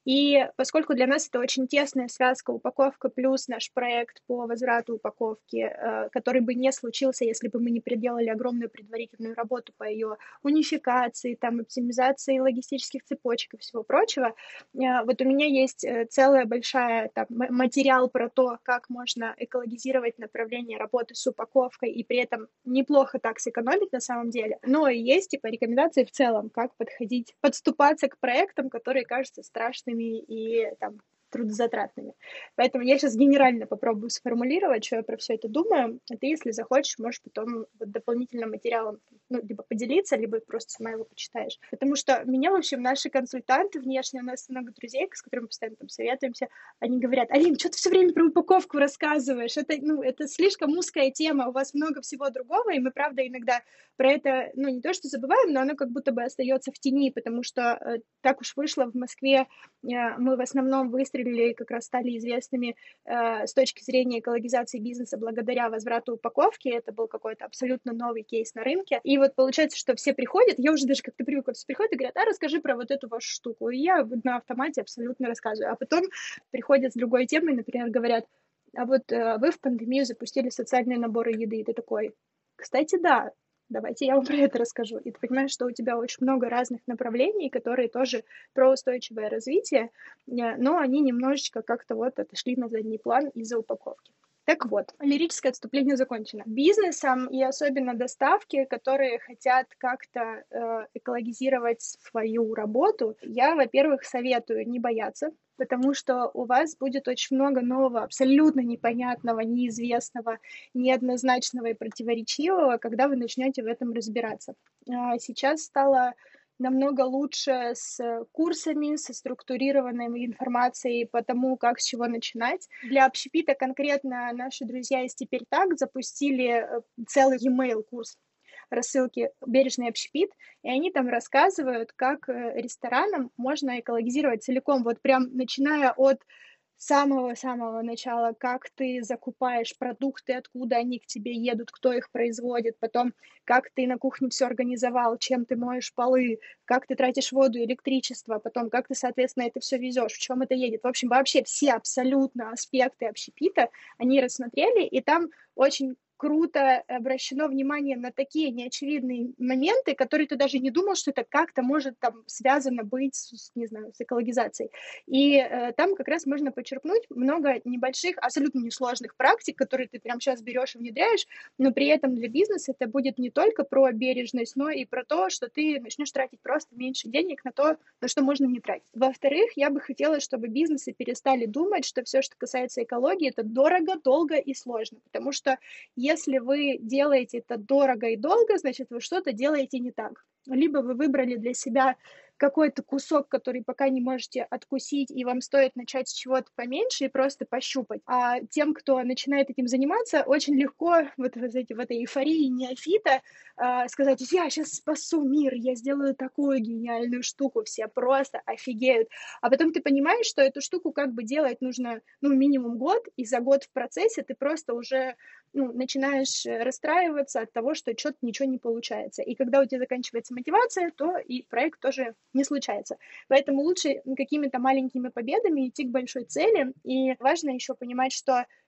[SPEAKER 1] И поскольку для нас это очень тесная связка упаковка плюс наш проект по возврату упаковки, который бы не случился, если бы мы не проделали огромную предварительную работу по ее унификации, там, оптимизации логистических цепочек и всего прочего, вот у меня есть целая большая там, материал про то, как можно экологизировать направление работы с упаковкой и при этом неплохо так сэкономить на самом деле. Но и есть типа рекомендации в целом, как подходить, подступаться к проектам, которые кажутся страшными и там трудозатратными. Поэтому я сейчас генерально попробую сформулировать, что я про все это думаю. А ты, если захочешь, можешь потом вот дополнительным материалом либо поделиться, либо просто сама его почитаешь. Потому что меня, в общем, наши консультанты внешне, у нас много друзей, с которыми постоянно там советуемся, они говорят: Алин, что ты все время про упаковку рассказываешь? Это слишком узкая тема, у вас много всего другого, и мы, правда, иногда про это, не то что забываем, но оно как будто бы остается в тени, потому что так уж вышло в Москве, мы в основном выстрелили и как раз стали известными с точки зрения экологизации бизнеса благодаря возврату упаковки. Это был какой-то абсолютно новый кейс на рынке. И вот получается, что все приходят, я уже даже как-то привыкла, все приходят и говорят: расскажи про вот эту вашу штуку. И я на автомате абсолютно рассказываю. А потом приходят с другой темой, например, говорят: а вот вы в пандемию запустили социальные наборы еды. И ты такой: кстати, да, давайте я вам про это расскажу. И ты понимаешь, что у тебя очень много разных направлений, которые тоже про устойчивое развитие, но они немножечко как-то вот отошли на задний план из-за упаковки. Так вот, лирическое отступление закончено. Бизнесам и особенно доставки, которые хотят как-то экологизировать свою работу, я, во-первых, советую не бояться, потому что у вас будет очень много нового, абсолютно непонятного, неизвестного, неоднозначного и противоречивого, когда вы начнете в этом разбираться. Сейчас стало намного лучше с курсами, со структурированной информацией по тому, как с чего начинать. Для общепита конкретно наши друзья из «Теперь так» запустили целый e-mail курс рассылки «Бережный общепит», и они там рассказывают, как ресторанам можно экологизировать целиком, вот прям начиная от самого-самого начала, как ты закупаешь продукты, откуда они к тебе едут, кто их производит, потом как ты на кухне все организовал, чем ты моешь полы, как ты тратишь воду, электричество, потом как ты, соответственно, это все везешь, в чем это едет. В общем, вообще все абсолютно аспекты общепита они рассмотрели, и там очень круто обращено внимание на такие неочевидные моменты, которые ты даже не думал, что это как-то может там связано быть не знаю, с экологизацией. И там как раз можно почерпнуть много небольших, абсолютно несложных практик, которые ты прямо сейчас берешь и внедряешь, но при этом для бизнеса это будет не только про бережность, но и про то, что ты начнешь тратить просто меньше денег на то, на что можно не тратить. Во-вторых, я бы хотела, чтобы бизнесы перестали думать, что все, что касается экологии, это дорого, долго и сложно, потому что если вы делаете это дорого и долго, значит, вы что-то делаете не так. Либо вы выбрали для себя какой-то кусок, который пока не можете откусить, и вам стоит начать с чего-то поменьше и просто пощупать. А тем, кто начинает этим заниматься, очень легко вот в этой эйфории неофита сказать: я сейчас спасу мир, я сделаю такую гениальную штуку, все просто офигеют. А потом ты понимаешь, что эту штуку как бы делать нужно, минимум год, и за год в процессе ты просто уже начинаешь расстраиваться от того, что что-то ничего не получается. И когда у тебя заканчивается мотивация, то и проект тоже не случается. Поэтому лучше какими-то маленькими победами идти к большой цели. И важно еще понимать, что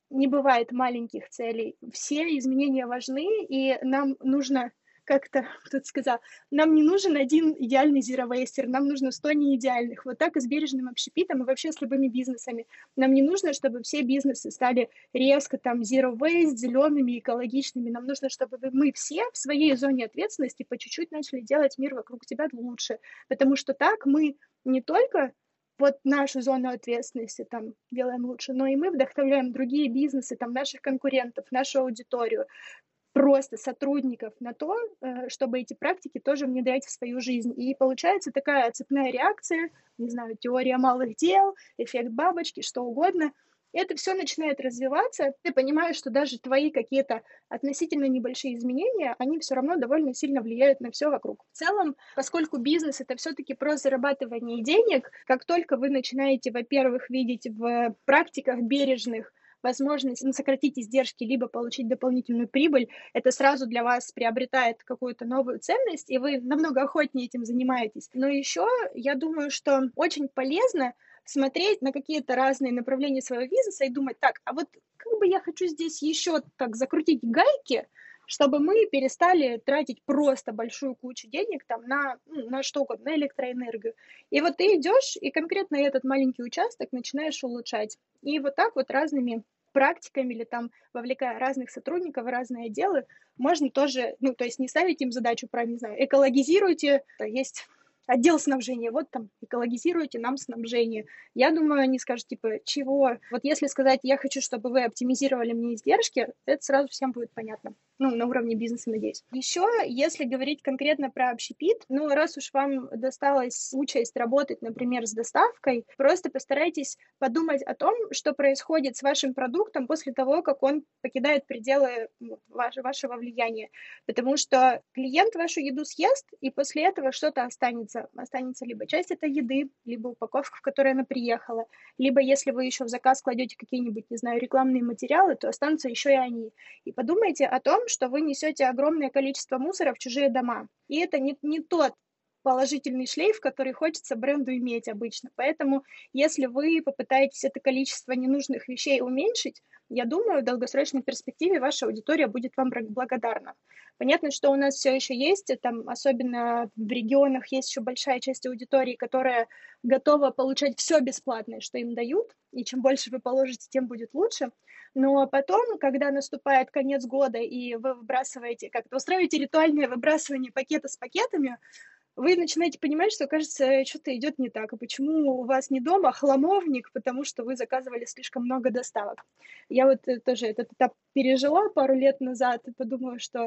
[SPEAKER 1] не бывает маленьких целей. Все изменения важны, и нам нужно, как-то кто-то сказал, нам не нужен один идеальный zero waster, нам нужно 100 неидеальных. Вот так и с бережным общепитом, и вообще с любыми бизнесами. Нам не нужно, чтобы все бизнесы стали резко там zero waste, зелеными, экологичными. Нам нужно, чтобы мы все в своей зоне ответственности по чуть-чуть начали делать мир вокруг себя лучше. Потому что так мы не только вот нашу зону ответственности там делаем лучше, но и мы вдохновляем другие бизнесы, там наших конкурентов, нашу аудиторию, просто сотрудников на то, чтобы эти практики тоже внедрять в свою жизнь. И получается такая цепная реакция, не знаю, теория малых дел, эффект бабочки, что угодно. И это все начинает развиваться. Ты понимаешь, что даже твои какие-то относительно небольшие изменения, они все равно довольно сильно влияют на все вокруг. В целом, поскольку бизнес это все-таки про зарабатывание денег, как только вы начинаете, во-первых, видеть в практиках бережных возможность сократить издержки, либо получить дополнительную прибыль, это сразу для вас приобретает какую-то новую ценность, и вы намного охотнее этим занимаетесь. Но еще я думаю, что очень полезно смотреть на какие-то разные направления своего бизнеса и думать, так, а вот как бы я хочу здесь еще так закрутить гайки, чтобы мы перестали тратить просто большую кучу денег там на что угодно, на электроэнергию. И вот ты идешь и конкретно этот маленький участок начинаешь улучшать. И вот так вот разными практиками или там вовлекая разных сотрудников в разные отделы, можно тоже, ну, то есть не ставить им задачу про, не знаю, экологизируйте, есть отдел снабжения, вот там экологизируйте нам снабжение. Я думаю, они скажут, типа, чего? Вот если сказать, я хочу, чтобы вы оптимизировали мне издержки, это сразу всем будет понятно. Ну, на уровне бизнеса, надеюсь. Еще, если говорить конкретно про общепит, ну, раз уж вам досталась участь работать, например, с доставкой, просто постарайтесь подумать о том, что происходит с вашим продуктом после того, как он покидает пределы вашего влияния. Потому что клиент вашу еду съест, и после этого что-то останется. Останется либо часть этой еды, либо упаковка, в которой она приехала, либо если вы еще в заказ кладете какие-нибудь, не знаю, рекламные материалы, то останутся еще и они. И подумайте о том, что вы несете огромное количество мусора в чужие дома. И это не тот положительный шлейф, который хочется бренду иметь обычно. Поэтому, если вы попытаетесь это количество ненужных вещей уменьшить, я думаю, в долгосрочной перспективе ваша аудитория будет вам благодарна. Понятно, что у нас все еще есть, там, особенно в регионах, есть еще большая часть аудитории, которая готова получать все бесплатное, что им дают, и чем больше вы положите, тем будет лучше. Но потом, когда наступает конец года, и вы выбрасываете, как-то устраиваете ритуальное выбрасывание пакета с пакетами, вы начинаете понимать, что, кажется, что-то идет не так. И почему у вас не дома, а хламовник, потому что вы заказывали слишком много доставок. Я вот тоже этот этап пережила пару лет назад и подумала, что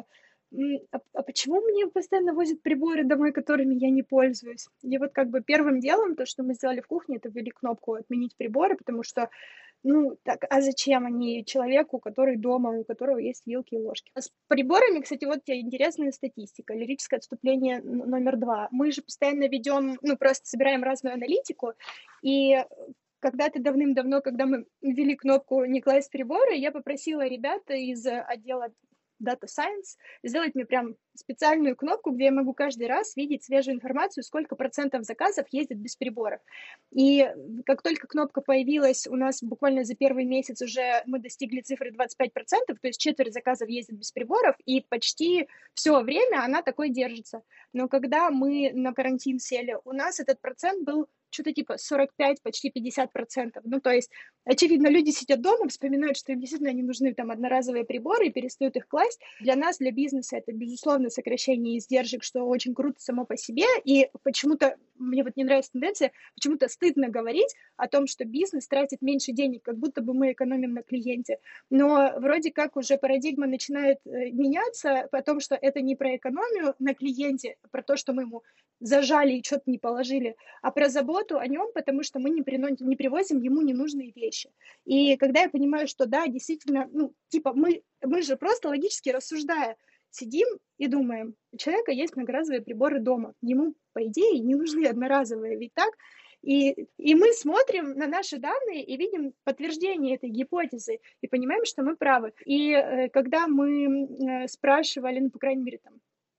[SPEAKER 1] а почему мне постоянно возят приборы домой, которыми я не пользуюсь? И вот как бы первым делом, то, что мы сделали в кухне, это ввели кнопку «Отменить приборы», потому что ну, так, а зачем они человеку, который дома, у которого есть вилки и ложки? С приборами, кстати, вот тебе интересная статистика. Лирическое отступление номер 2. Мы же постоянно ведем, ну, просто собираем разную аналитику, и когда-то давным-давно, когда мы ввели кнопку «Не класть приборы», я попросила ребят из отдела Data Science сделать мне прям специальную кнопку, где я могу каждый раз видеть свежую информацию, сколько процентов заказов ездит без приборов. И как только кнопка появилась, у нас буквально за первый месяц уже мы достигли цифры 25%, то есть четверть заказов ездит без приборов, и почти все время она такой держится. Но когда мы на карантин сели, у нас этот процент был что-то типа 45, почти 50%. Ну, то есть, очевидно, люди сидят дома, вспоминают, что им действительно не нужны там одноразовые приборы и перестают их класть. Для нас, для бизнеса, это, безусловно, сокращение издержек, что очень круто само по себе. И почему-то, мне вот не нравится тенденция, почему-то стыдно говорить о том, что бизнес тратит меньше денег, как будто бы мы экономим на клиенте. Но вроде как уже парадигма начинает меняться о том, что это не про экономию на клиенте, а про то, что мы ему зажали и что-то не положили, а про заботу о нем, потому что мы не привозим ему ненужные вещи. И когда я понимаю, что да, действительно, ну, типа, мы же просто логически рассуждая, сидим и думаем, у человека есть многоразовые приборы дома, ему, по идее, не нужны одноразовые, ведь так? И мы смотрим на наши данные и видим подтверждение этой гипотезы и понимаем, что мы правы. И когда мы спрашивали, ну, по крайней мере, там,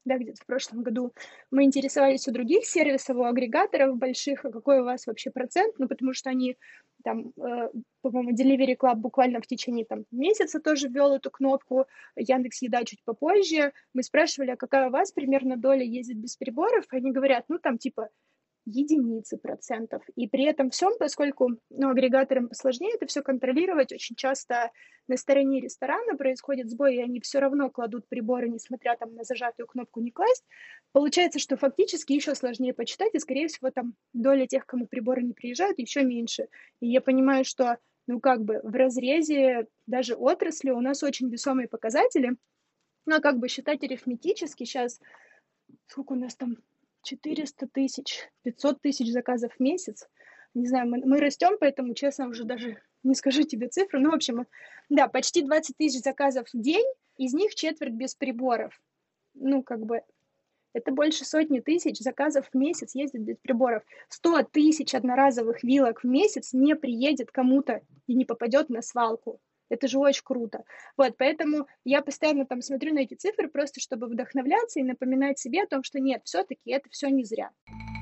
[SPEAKER 1] да, где-то в прошлом году, мы интересовались у других сервисов, у агрегаторов больших, а какой у вас вообще процент, ну, потому что они там, по-моему, Delivery Club буквально в течение там месяца тоже ввел эту кнопку, Яндекс.Еда чуть попозже. Мы спрашивали, а какая у вас примерно доля ездит без приборов? Они говорят, ну, там, типа, единицы процентов. И при этом всем, поскольку агрегаторам посложнее это все контролировать, очень часто на стороне ресторана происходит сбой, и они все равно кладут приборы, несмотря там на зажатую кнопку «не класть», получается, что фактически еще сложнее почитать, и, скорее всего, там доля тех, кому приборы не приезжают, еще меньше. И я понимаю, что, как бы в разрезе даже отрасли у нас очень весомые показатели, но как бы считать арифметически сейчас, сколько у нас там, 400 тысяч, 500 тысяч заказов в месяц. Не знаю, мы растем, поэтому, честно, уже даже не скажу тебе цифры. Ну, в общем, да, почти 20 тысяч заказов в день, из них четверть без приборов. Ну, как бы, это больше сотни тысяч заказов в месяц ездит без приборов. 100 тысяч одноразовых вилок в месяц не приедет кому-то и не попадет на свалку. Это же очень круто. Вот, поэтому я постоянно там смотрю на эти цифры, просто чтобы вдохновляться и напоминать себе о том, что нет, все-таки это все не зря.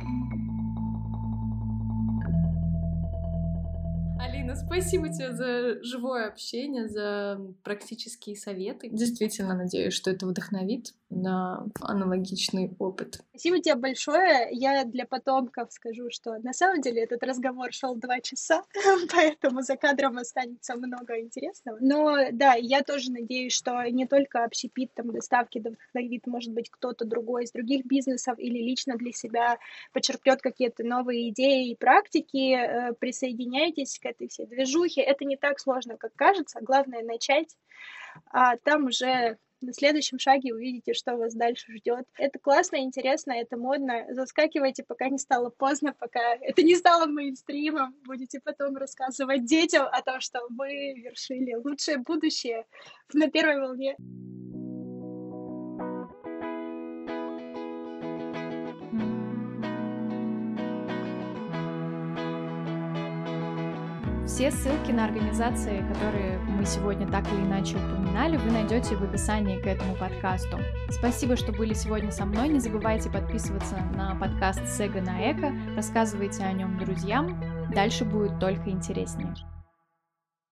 [SPEAKER 2] Алина, спасибо тебе за живое общение, за практические советы. Действительно надеюсь, что это вдохновит на аналогичный опыт.
[SPEAKER 1] Спасибо тебе большое. Я для потомков скажу, что на самом деле этот разговор шел 2 часа, поэтому за кадром останется много интересного. Но да, я тоже надеюсь, что не только общепит, там, доставки вдохновит, может быть, кто-то другой из других бизнесов или лично для себя почерпнет какие-то новые идеи и практики. Присоединяйтесь к этой всей движухе. Это не так сложно, как кажется. Главное начать, а там уже на следующем шаге увидите, что вас дальше ждет. Это классно, интересно, это модно. Заскакивайте, пока не стало поздно, пока это не стало мейнстримом. Будете потом рассказывать детям о том, что вы вершили лучшее будущее на первой волне.
[SPEAKER 2] Все ссылки на организации, которые мы сегодня так или иначе упоминали, вы найдете в описании к этому подкасту. Спасибо, что были сегодня со мной. Не забывайте подписываться на подкаст Сега на Эко, рассказывайте о нем друзьям. Дальше будет только интереснее.